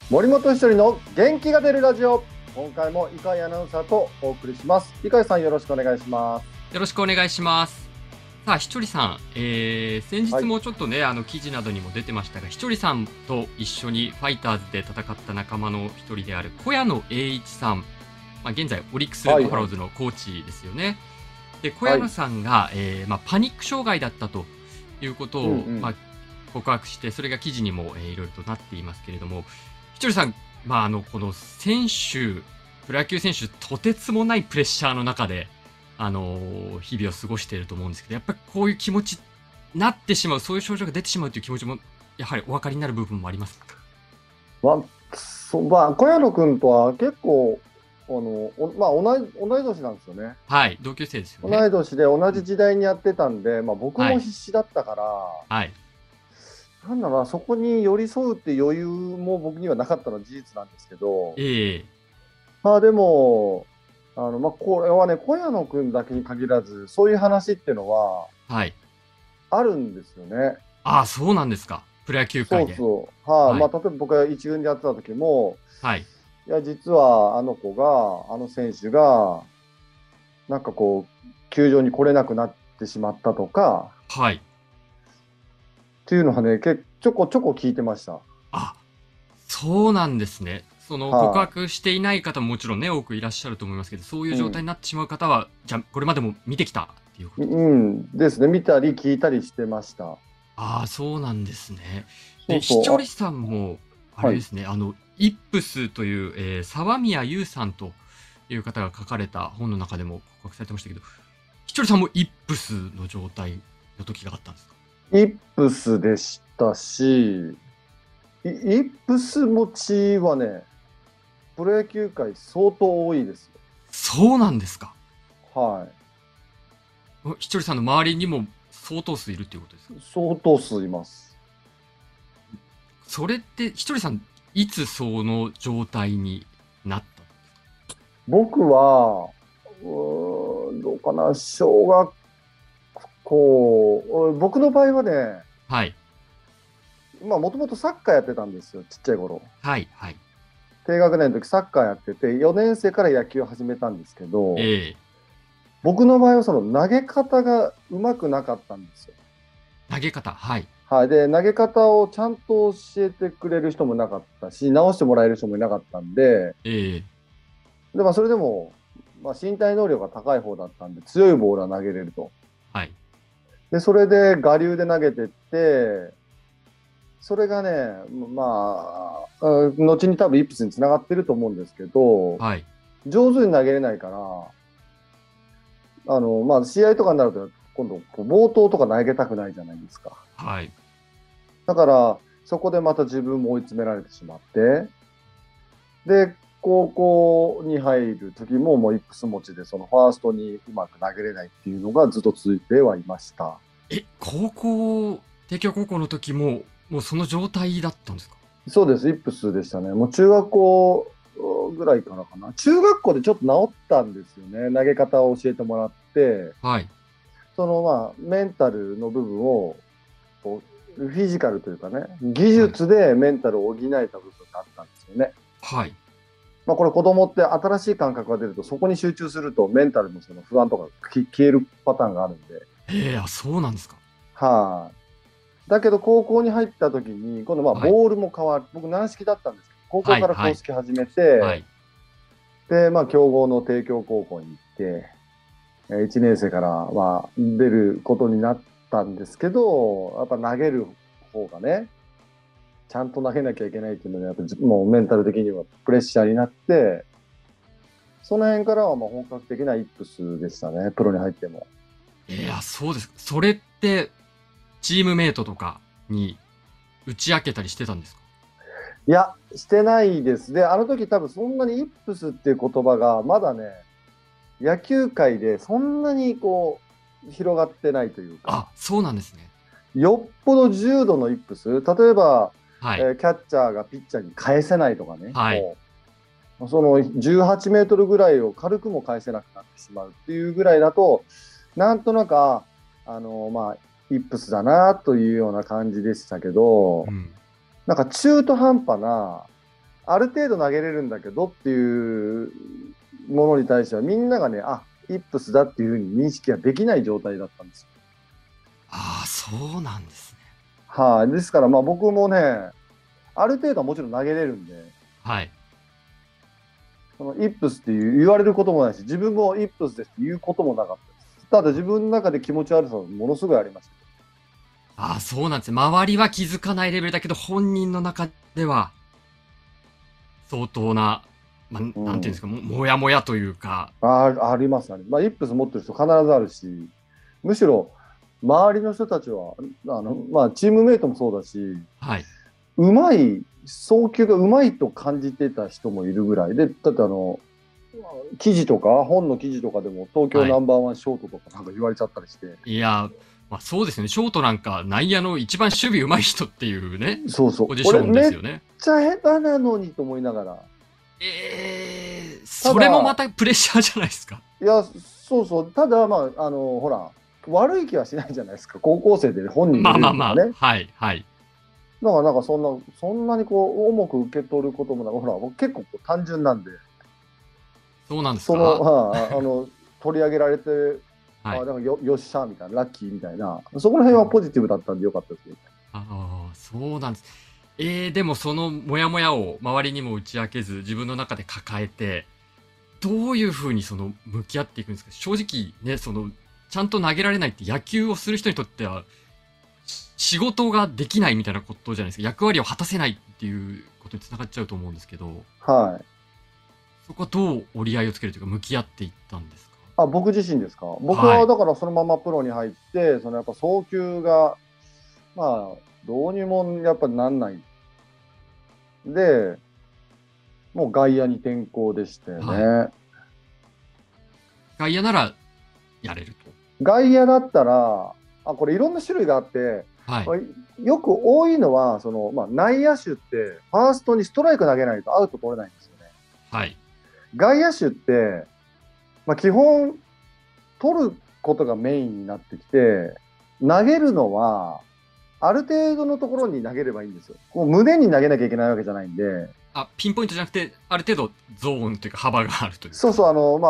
森本一人の元気が出るラジオ。今回も伊海アナウンサーとお送りします。伊海さん、よろしくお願いします。 よろしくお願いします。さあ、ひとりさん、先日はい。 もちょっとね、記事などにも出てましたが、ひとりさんと一緒にファイターズで戦った仲間の一人である小谷野栄一さん、現在、オリックス・バはい。はい。 ファローズのコーチですよね。で、小谷野はい。 さんが、パニック障害だったということうんうを、 ん。 告白して、それが記事にも、いろいろとなっていますけれども、ひとりさん、このプロ野球選手、とてつもないプレッシャーの中で、日々を過ごしていると思うんですけど、やっぱりこういう気持ちなってしまう、そういう症状が出てしまうという気持ちも、やはりお分かりになる部分もありますか？ 小谷野君とは結構、同い年なんですよね。 はい、同級生ですよね。 同い年で同うん。 じ時代にやってたんで、僕はい、 も必死だったから、 はい。 なんだろうな、そこに寄り添うって余裕も僕にはなかったのは事実なんですけど、 ええ、 でも、これはね、小谷野君だけに限らず、そういう話っていうのははい。 あるんですよね。 ああ、そうなんですか。プロ野球界で。 そうそう。 はい、 例えば僕が一軍でやってた時も、 はい、 いや、実はあの子が、あの選手が、なんかこう、球場に来れなくなってしまったとか、 はい。 っていうのはね、ちょこちょこ聞いてました。 あ、そうなんですね。その告は白していない方ももちろんね、多くいらっしゃると思いますけど、そういうい。う状態にん。 なってしまう方は、じゃあ、これまでも見てきたっていうことですか？ うんですね。見たり聞いたりしてました。 ああ、そうなんですね。で、 そうそう。 ひとりさんも、あはい。 れですね、イップスという、沢宮優さんという方が書かれた本の中でも告白されてましたけど、ひとりさんもイップスの状態の時があったんですか？ イップスでしたし、イップス持ちはね、プロ野球界相当多いですよ。 そうなんですか。 はひとりさんの周りにも相当数いるっていうことですか？ い。相当数います。 それって、ひとりさん、いつその状態になったんです僕は、どうかな、小学校、僕の場合はね、 か？はい。 もともとサッカーやってたんですよ、ちっちゃい頃。 はい、はい。 低学年の時サッカーやってて、4年生から野球を始めたんですけど、 ええ、 僕の場合はその投げ方がうまくなかったんですよ。 投げ方、はい。 はい。で、投げ方をちゃんと教えてくれる人もいなかったし、直してもらえる人もいなかったんで、 ええ、 それでも、身体能力が高い方だったんで、強いボールは投げれると。 はい。 で、それで我流で投げてって、それがね、後に多分イップスにつながってると思うんですけど、 はい。 上手に投げれないから、試合とかになると、今度、暴投とか投げたくないじゃないですか。 はい。 だから、そこでまた自分も追い詰められてしまって、で、高校に入る時ももうイップス持ちで、そのファーストにうまく投げれないっていうのがずっと続いてはいました。 帝京高校の時も、もうその状態だったんですか？ そうです、イップスでしたね。もう中学校ぐらいからかな。中学校でちょっと治ったんですよね。投げ方を教えてもらって、 はい。 メンタルの部分を、フィジカルというかね、技はい。 術でメンタルを補えた部分があったんですよね。 はい。 これ子供って新しい感覚が出ると、そこに集中するとメンタルのその不安とか消えるパターンがあるんで、 そうなんですか。 はい。だけど高校に入った時に、今度はい。 ボールも変わる。僕軟式だったんですけど、高校はい。 からはい。 硬式始めて、 はい。 で、強豪の帝京高校に行って、1年生から出ることになったんですけど、やっぱ投げる方がね、ちゃんと投げなきゃいけないっていうので、やっぱもうメンタル的にはプレッシャーになって、その辺からは本格的なイップスでしたね、プロに入っても。 そうですか。それって、チームメイトとかに打ち明けたりしてたんですか？ いや、してないです。で、あの時多分そんなにイップスっていう言葉がまだね、野球界でそんなに広がってないというか、 あ、そうなんですね。 よっぽど重度のイップス、例えば、 はい。 キャッチャーがピッチャーに返せないとかね、 はい。 その18メートルぐらいを軽くも返せなくなってしまうっていうぐらいだと、なんとなく、イップスだなというような感じでしたけど、 うん。 なんか中途半端な、 ある程度投げれるんだけどっていうものに対してはみんながね、イップスだっていうふうに認識ができない状態だったんですよ。 ああ、そうなんですね。 はい、ですからまあ僕もね、ある程度はもちろん投げれるんで、 はい。 そのイップスっていう言われることもないし、自分もイップスですって言うこともなかったです。ただ自分の中で気持ち悪さはものすごいありました。 ああ、そうなんですね。周りは気づかないレベルだけど、本人の中では、相当な、まあ、なんていうんですか、もやもやというか。 ありますね。まあ、イップス持ってる人必ずあるし、むしろ周りの人たちは、まあ、チームメイトもそうだし、 はい。 送球がうまいと感じてた人もいるぐらいで、だって記事とか、本の記事とかでも東京ナンバーワンショートとかなんか言われちゃったりして。 いや、まあそうですね。ショートなんか内野の一番守備うまい人っていうね、 そうそう。 ポジションですよね。 めっちゃ下手なのにと思いながら。 それもまたプレッシャーじゃないですか。 いや、そうそう。ただ、まあ、ほら、悪い気はしないじゃないですか。高校生で本人がいるとかね。 まあまあまあ。はいはい。 だからなんかそんなにこう重く受け取ることもなく、ほら、僕結構こう単純なんで、 そうなんですか。 取り上げられて、 はい、 なんかよっしゃみたいな、ラッキーみたいな、そこら辺はポジティブだったんでよかったですよ。 ああ、そうなんです。でもそのモヤモヤを周りにも打ち明けず、自分の中で抱えて、どういうふうに向き合っていくんですか。正直ね、ちゃんと投げられないって野球をする人にとっては、仕事ができないみたいなことじゃないですか。役割を果たせないっていうことにつながっちゃうと思うんですけど、 はい。 そこはどう折り合いをつけるというか、向き合っていったんですか。 僕自身ですか。僕はだからそのままプロに入って、やっぱ送球が、まあ、どうにもやっぱなんない。で、もう外野に転向でしてね。 はい、外野ならやれると。 外野だったら、これいろんな種類があって、 はい、 よく多いのは、内野手って、ファーストにストライク投げないとアウト取れないんですよね。 はい。 外野手って、基本、取ることがメインになってきて、投げるのは、ある程度のところに投げればいいんですよ。こう胸に投げなきゃいけないわけじゃないんで。 ピンポイントじゃなくて、ある程度ゾーンというか幅があるというか。 そうそう、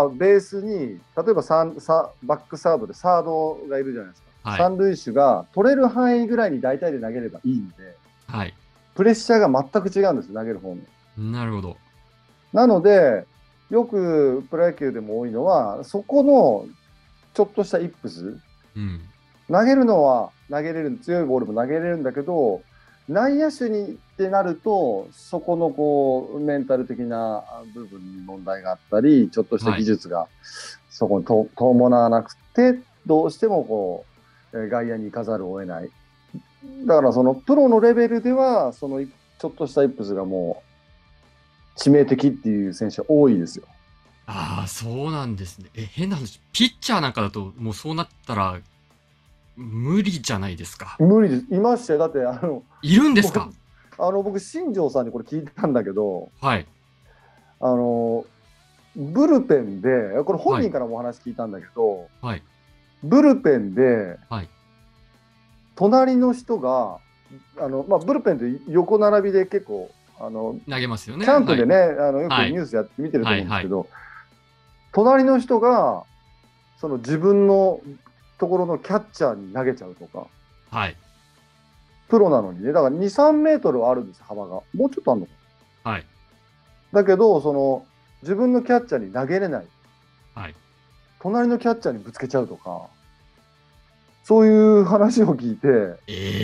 ベースに、例えばバックサードでサードがいるじゃないですか。はい、三塁手が取れる範囲ぐらいに大体で投げればいいんで、 はい、 プレッシャーが全く違うんですよ、投げる方も。 なるほど。 なので、よくプロ野球でも多いのは、そこのちょっとしたイップス、投げるのは投げれる、強いボールも投げれるんだけど、内野手にってなると、そこのこうメンタル的な部分に問題があったり、ちょっとした技術がそこに伴わなくて、どうしてもこう外野に行かざるを得ない。だからそのプロのレベルでは、そのちょっとしたイップスがもう致命的っていう選手は多いですよ。 ああ、そうなんですね。変な話、ピッチャーなんかだと、もうそうなったら、無理じゃないですか。 無理です。いましたよ。だっているんですか。 僕新庄さんにこれ聞いたんだけど、 はい。 ブルペンで、これ本人からもお話聞いたんだけど、 はい、 ブルペンで、 はい、 隣の人が、ブルペンって横並びで結構、 投げますよね。 キャンプでね、よくニはいュースやって見てると思うんですけど、隣の人が、自分のところのキャッチャーに投げちゃうとか、 はい、 プロなのにね、だから2、3メートルあるんです、幅が。もうちょっとあるのか。 はい。 だけど、自分のキャッチャーに投げれない。 はい。 隣のキャッチャーにぶつけちゃうとか、そういう話を聞いて、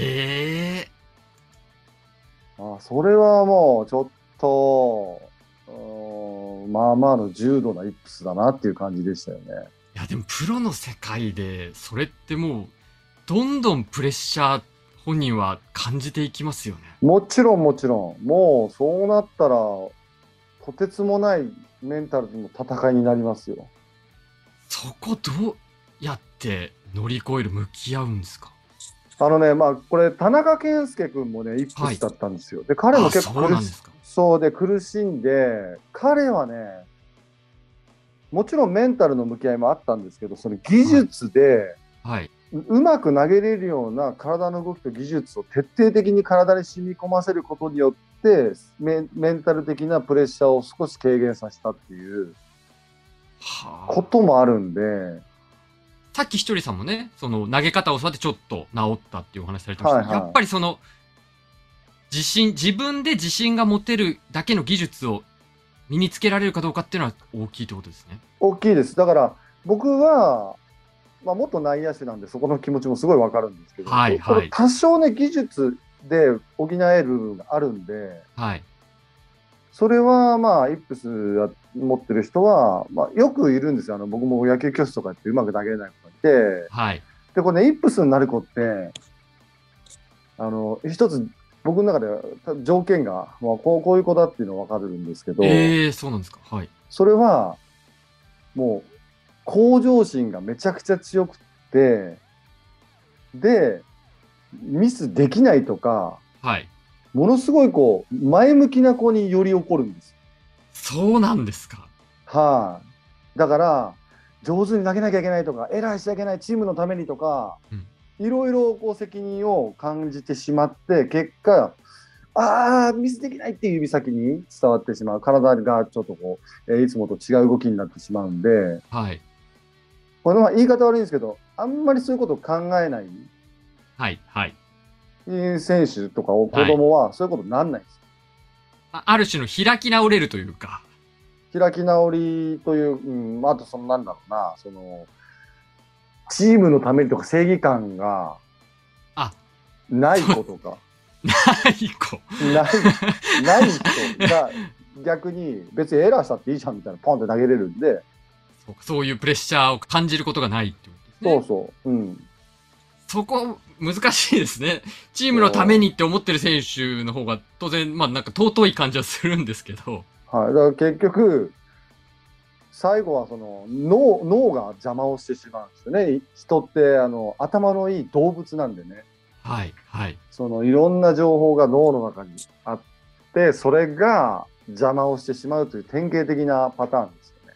それはもうちょっと、まあまあの重度なイップスだなっていう感じでしたよね。 いや、でもプロの世界で、それってもう、どんどんプレッシャー、本人は感じていきますよね。 もちろん。もうそうなったら、とてつもないメンタルの戦いになりますよ。 そこどうやって乗り越える、向き合うんですか。 これ田中健介君もねイップスだったんですよ。で彼も結構苦しんで、彼はねもちろんメンタルの向き合いもあったんですけど、その技術で、うまく投げれるような体の動きと技術を徹底的に体に染み込ませることによってメンタル的なプレッシャーを少し軽減させたっていうこともあるんで、 さっきひとりさんもね、その投げ方を教わってちょっと治ったっていうお話されてました。やっぱりその自分で自信が持てるだけの技術を身につけられるかどうかっていうのは大きいってことですね。 大きいです。だから僕は、元内野手なんでそこの気持ちもすごいわかるんですけど、多少ね技術で補える部分があるんで、それはイップス持ってる人は、よくいるんですよ。僕も野球教室とかやってうまく投げれない子がいて、でこれねイップスになる子って一つ僕の中では条件が、こういう子だっていうのは分かるんですけど、 そうなんですか。 それはもう向上心がめちゃくちゃ強くて、でミスできないとか、ものすごい前向きな子により起こるんです。 そうなんですか。 だから上手に投げなきゃいけないとか、エラーしちゃいけない、チームのためにとか、いろいろ責任を感じてしまって、結果ミスできないっていう指先に伝わってしまう。体がちょっといつもと違う動きになってしまうんで、これは言い方悪いんですけど、あんまりそういうことを考えない選手とか子供はそういうことにならないんです。 ある種の開き直れるというか。 開き直りという、あとなんだろうな、チームのためにとか正義感がない子とか。ない人が逆に別にエラーしたっていいじゃんみたいなポンって投げれるんで、 そういうプレッシャーを感じることがないってことですね。 そこ難しいですね。チームのためにって思ってる選手の方が当然なんか尊い感じはするんですけど、 だから結局最後は脳が邪魔をしてしまうんですよね。人って頭のいい動物なんでね。いろんな情報が脳の中にあって、それが邪魔をしてしまうという典型的なパターンですよね。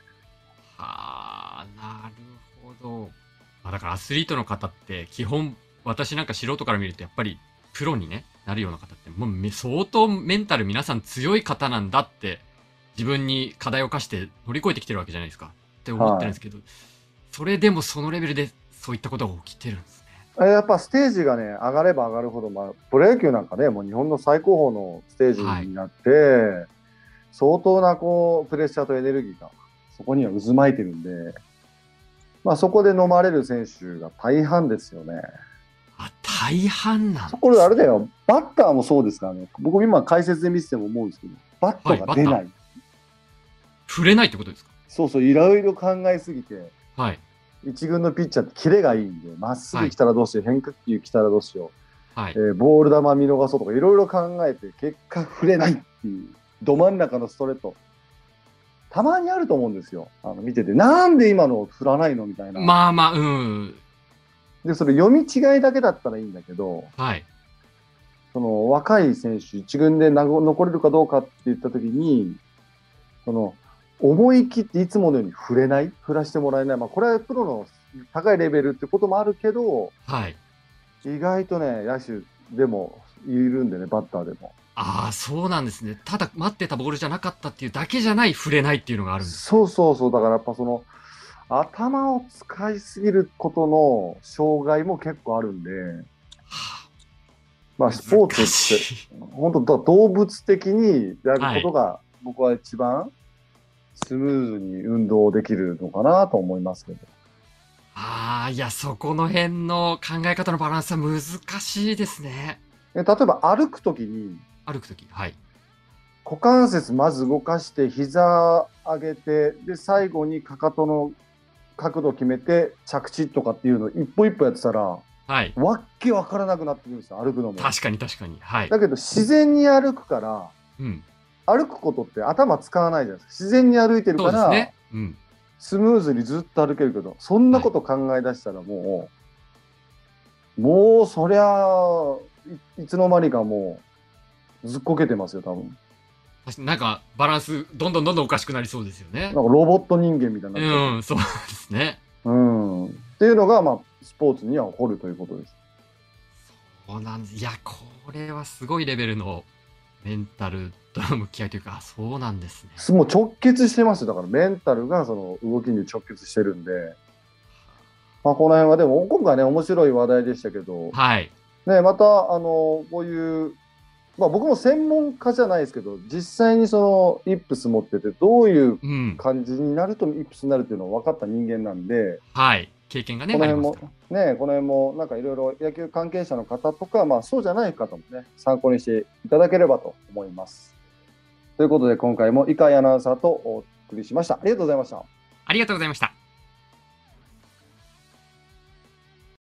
なるほど。だからアスリートの方って基本、私なんか素人から見るとやっぱりプロになるような方ってもう相当メンタル皆さん強い方なんだって自分に課題を課して乗り越えてきてるわけじゃないですかって思ってるんですけど、それでもそのレベルでそういったことが起きてるんですね。 やっぱステージがね上がれば上がるほど、プロ野球なんかねもう日本の最高峰のステージになって、相当なプレッシャーとエネルギーがそこには渦巻いてるんで、そこで飲まれる選手が大半ですよね。 大半なんですね。 これあれだよ、バッターもそうですからね。僕今解説で見てても思うんですけど、バットが出ない、 触れないってことですか？ いろいろ考えすぎて、一軍のピッチャーってキレがいいんで、まっすぐ来たらどうしよう、変化球来たらどうしよう、ボール球見逃そうとかいろいろ考えて、結果触れないっていうど真ん中のストレートたまにあると思うんですよ。見てて、なんで今の振らないのみたいな。でそれ読み違いだけだったらいいんだけど、若い選手一軍で残れるかどうかって言った時に、思い切っていつものように振らしてもらえない、これはプロの高いレベルってこともあるけど、意外とね野手でもいるんでね、バッターでも。 そうなんですね。ただ待ってたボールじゃなかったっていうだけじゃない触れないっていうのがあるんです。 だからやっぱ頭を使いすぎることの障害も結構あるんで、スポーツって本当動物的にやることが僕は一番スムーズに運動できるのかなと思いますけど。 いや、そこの辺の考え方のバランスは難しいですね。 例えば歩くときに、股関節まず動かして膝上げて、で最後にかかとの角度決めて着地とかっていうのを一歩一歩やってたら、わっけわからなくなってくるんですよ、歩くのも。 確かに。だけど自然に歩くから、歩くことって頭使わないじゃないですか。自然に歩いてるから、スムーズにずっと歩けるけど、そんなこと考え出したらもうそりゃいつの間にかもうずっこけてますよ、多分。 なんかバランスどんどんおかしくなりそうですよね。 なんかロボット人間みたいになってそうですね。 っていうのがスポーツには起こるということです。 そうなんです。いや、これはすごいレベルのメンタルとの向き合いというか、そうなんですね。 もう直結してますよ。だからメンタルがその動きに直結してるんで、まあ、この辺はでも今回ね、面白い話題でしたけど、 はい。 ね、また、こういう、まあ僕も専門家じゃないですけど、実際にそのイップス持ってて、どういううん。 感じになるとイップスになるっていうのを分かった人間なんで、 はい。経験がね、 この辺もありますから。 ね、この辺もなんかいろいろ野球関係者の方とか、まあそうじゃない方もね、参考にしていただければと思います。ということで今回も井上アナウンサーとお送りしました。ありがとうございました。 ありがとうございました。